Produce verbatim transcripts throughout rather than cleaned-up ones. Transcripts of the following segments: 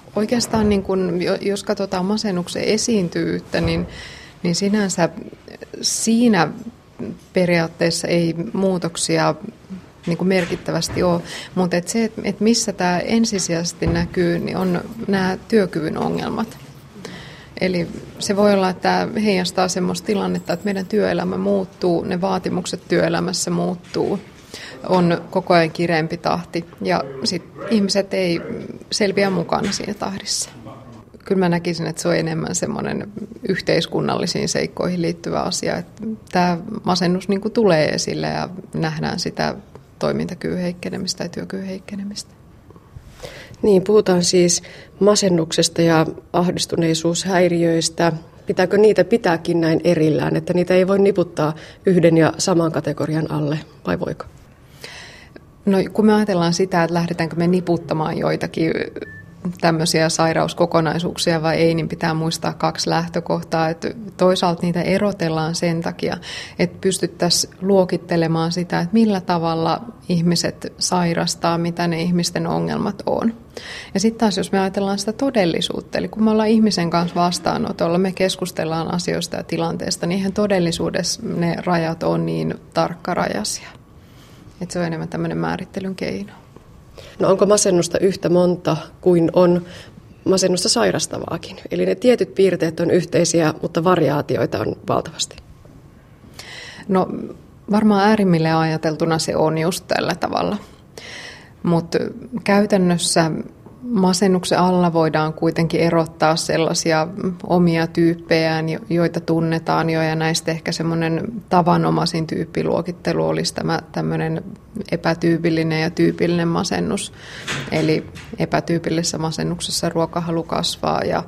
oikeastaan niin kun, jos katsotaan masennuksen esiintyvyyttä, niin, niin sinänsä siinä periaatteessa ei muutoksia niin kuin merkittävästi ole, mutta et se, että missä tämä ensisijaisesti näkyy, niin on nämä työkyvyn ongelmat. Eli se voi olla, että tämä heijastaa sellaista tilannetta, että meidän työelämä muuttuu, ne vaatimukset työelämässä muuttuu, on koko ajan kireempi tahti ja sit ihmiset ei selviä mukana siinä tahdissa. Kyllä mä näkisin, että se on enemmän semmoinen yhteiskunnallisiin seikkoihin liittyvä asia, että tämä masennus niin kuin tulee esille ja nähdään sitä toimintakyvyn heikkenemistä tai työkyvyn heikkenemistä. Niin, puhutaan siis masennuksesta ja ahdistuneisuushäiriöistä. Pitääkö niitä pitääkin näin erillään, että niitä ei voi niputtaa yhden ja saman kategorian alle, vai voiko? No, kun me ajatellaan sitä, että lähdetäänkö me niputtamaan joitakin tämmöisiä sairauskokonaisuuksia vai ei, niin pitää muistaa kaksi lähtökohtaa. Että toisaalta niitä erotellaan sen takia, että pystyttäisiin luokittelemaan sitä, että millä tavalla ihmiset sairastaa, mitä ne ihmisten ongelmat on. Ja sitten taas, jos me ajatellaan sitä todellisuutta, eli kun me ollaan ihmisen kanssa vastaanotolla, me keskustellaan asioista ja tilanteesta, niin eihän todellisuudessa ne rajat on niin tarkkarajaisia. Että se on enemmän tämmöinen määrittelyn keino. No onko masennusta yhtä monta kuin on masennusta sairastavaakin? Eli ne tietyt piirteet on yhteisiä, mutta variaatioita on valtavasti. No varmaan äärimmilleen ajateltuna se on just tällä tavalla. Mutta käytännössä masennuksen alla voidaan kuitenkin erottaa sellaisia omia tyyppejään, joita tunnetaan jo, ja näistä ehkä semmoinen tavanomaisin tyyppiluokittelu olisi tämä tämmöinen epätyypillinen ja tyypillinen masennus. Eli epätyypillisessä masennuksessa ruokahalu kasvaa ja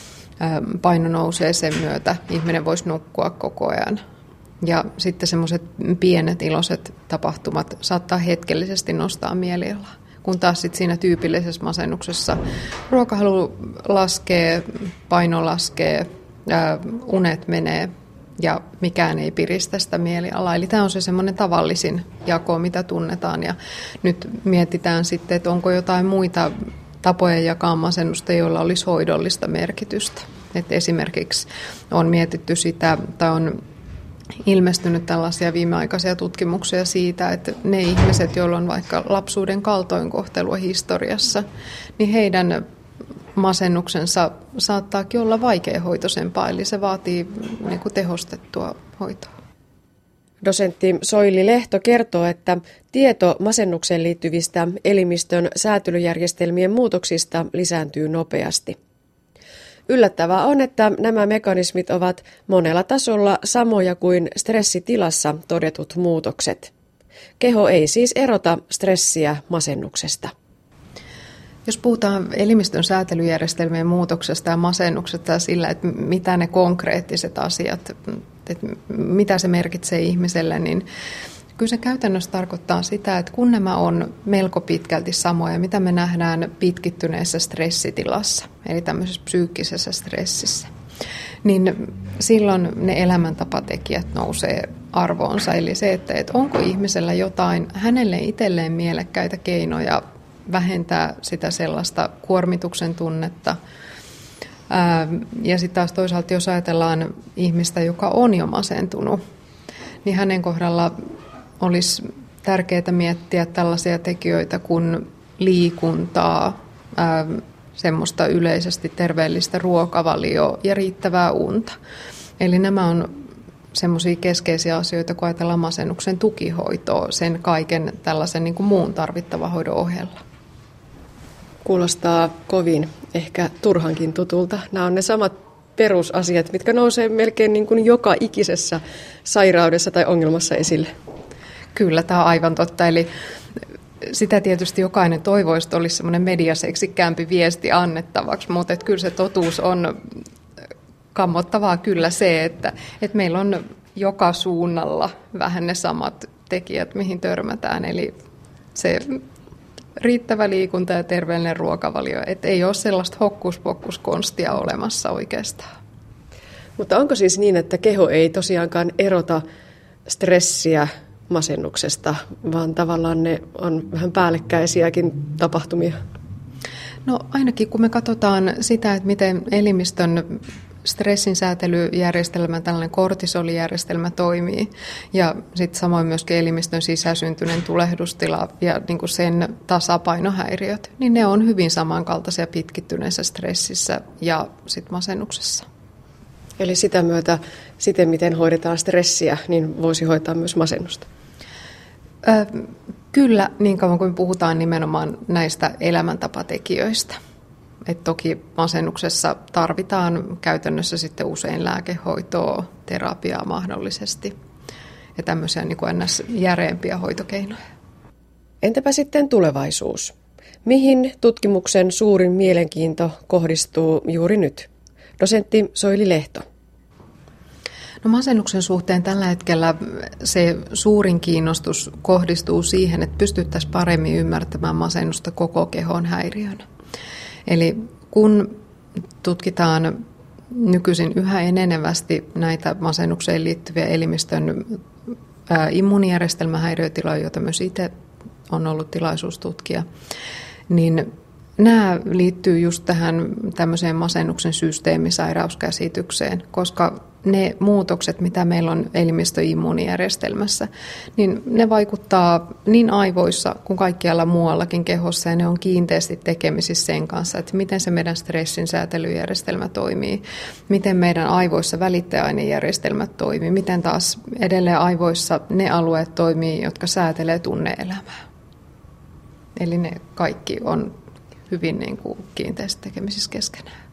paino nousee sen myötä. Ihminen voisi nukkua koko ajan. Ja sitten semmoiset pienet iloiset tapahtumat saattaa hetkellisesti nostaa mielialaa. Kun taas sit siinä tyypillisessä masennuksessa ruokahalu laskee, paino laskee, ää, unet menee ja mikään ei piristä sitä mielialaa. Eli tämä on se semmoinen tavallisin jako, mitä tunnetaan. Ja nyt mietitään sitten, että onko jotain muita tapoja jakaa masennusta, joilla olisi hoidollista merkitystä. Et esimerkiksi on mietitty sitä, tai on ilmestynyt tällaisia viimeaikaisia tutkimuksia siitä, että ne ihmiset, joilla on vaikka lapsuuden kaltoinkohtelua historiassa, niin heidän masennuksensa saattaakin olla vaikeahoitoisempaa, eli se vaatii niin kuin tehostettua hoitoa. Dosentti Soili Lehto kertoo, että tieto masennukseen liittyvistä elimistön säätelyjärjestelmien muutoksista lisääntyy nopeasti. Yllättävää on, että nämä mekanismit ovat monella tasolla samoja kuin stressitilassa todetut muutokset. Keho ei siis erota stressiä masennuksesta. Jos puhutaan elimistön säätelyjärjestelmien muutoksesta ja masennuksesta ja sillä, että mitä ne konkreettiset asiat, että mitä se merkitsee ihmiselle, niin kyllä se käytännössä tarkoittaa sitä, että kun nämä on melko pitkälti samoja, mitä me nähdään pitkittyneessä stressitilassa, eli tämmöisessä psyykkisessä stressissä, niin silloin ne elämäntapatekijät nousee arvoonsa. Eli se, että, että onko ihmisellä jotain hänelle itselleen mielekkäitä keinoja vähentää sitä sellaista kuormituksen tunnetta. Ja sitten taas toisaalta, jos ajatellaan ihmistä, joka on jo masentunut, niin hänen kohdalla olisi tärkeää miettiä tällaisia tekijöitä kuin liikuntaa, ää, semmoista yleisesti terveellistä ruokavalioa ja riittävää unta. Eli nämä on semmoisia keskeisiä asioita, kun ajatellaan masennuksen tukihoitoa sen kaiken tällaisen niin kuin muun tarvittavan hoidon ohella. Kuulostaa kovin ehkä turhankin tutulta. Nämä on ne samat perusasiat, mitkä nousee melkein niin kuin joka ikisessä sairaudessa tai ongelmassa esille. Kyllä, tämä on aivan totta. Eli sitä tietysti jokainen toivoisi, että olisi semmoinen mediaseksikkäämpi viesti annettavaksi, mutta että kyllä se totuus on kammottavaa kyllä se, että, että meillä on joka suunnalla vähän ne samat tekijät, mihin törmätään. Eli se riittävä liikunta ja terveellinen ruokavalio, että ei ole sellaista hokkuspokkускonstia olemassa oikeastaan. Mutta onko siis niin, että keho ei tosiaankaan erota stressiä masennuksesta, vaan tavallaan ne on vähän päällekkäisiäkin tapahtumia? No ainakin kun me katsotaan sitä, että miten elimistön stressinsäätelyjärjestelmä, tällainen kortisolijärjestelmä toimii ja sitten samoin myöskin elimistön sisäsyntyinen tulehdustila ja niin kuin sen tasapainohäiriöt, niin ne on hyvin samankaltaisia pitkittyneessä stressissä ja sitten masennuksessa. Eli sitä myötä, siten miten hoidetaan stressiä, niin voisi hoitaa myös masennusta? Ö, kyllä, niin kauan kuin puhutaan nimenomaan näistä elämäntapatekijöistä. Et toki masennuksessa tarvitaan käytännössä sitten usein lääkehoitoa, terapiaa mahdollisesti ja tämmöisiä niin kuin ns. Järeempiä hoitokeinoja. Entäpä sitten tulevaisuus? Mihin tutkimuksen suurin mielenkiinto kohdistuu juuri nyt? Dosentti Soili Lehto. No masennuksen suhteen tällä hetkellä se suurin kiinnostus kohdistuu siihen, että pystyttäisiin paremmin ymmärtämään masennusta koko kehon häiriönä. Eli kun tutkitaan nykyisin yhä enenevästi näitä masennukseen liittyviä elimistön ää, immuunijärjestelmähäiriötiloja, joita myös itse on ollut tilaisuus tutkia, niin nämä liittyy just tähän tämmöiseen masennuksen systeemisairauskäsitykseen, koska ne muutokset, mitä meillä on elimistöimmuunijärjestelmässä, niin ne vaikuttaa niin aivoissa kuin kaikkialla muuallakin kehossa ja ne on kiinteästi tekemisissä sen kanssa, että miten se meidän stressinsäätelyjärjestelmä toimii, miten meidän aivoissa välittäjäainejärjestelmät toimii, miten taas edelleen aivoissa ne alueet toimii, jotka säätelee tunne-elämää. Eli ne kaikki on hyvin niin kuin kiinteästi tekemisissä keskenään.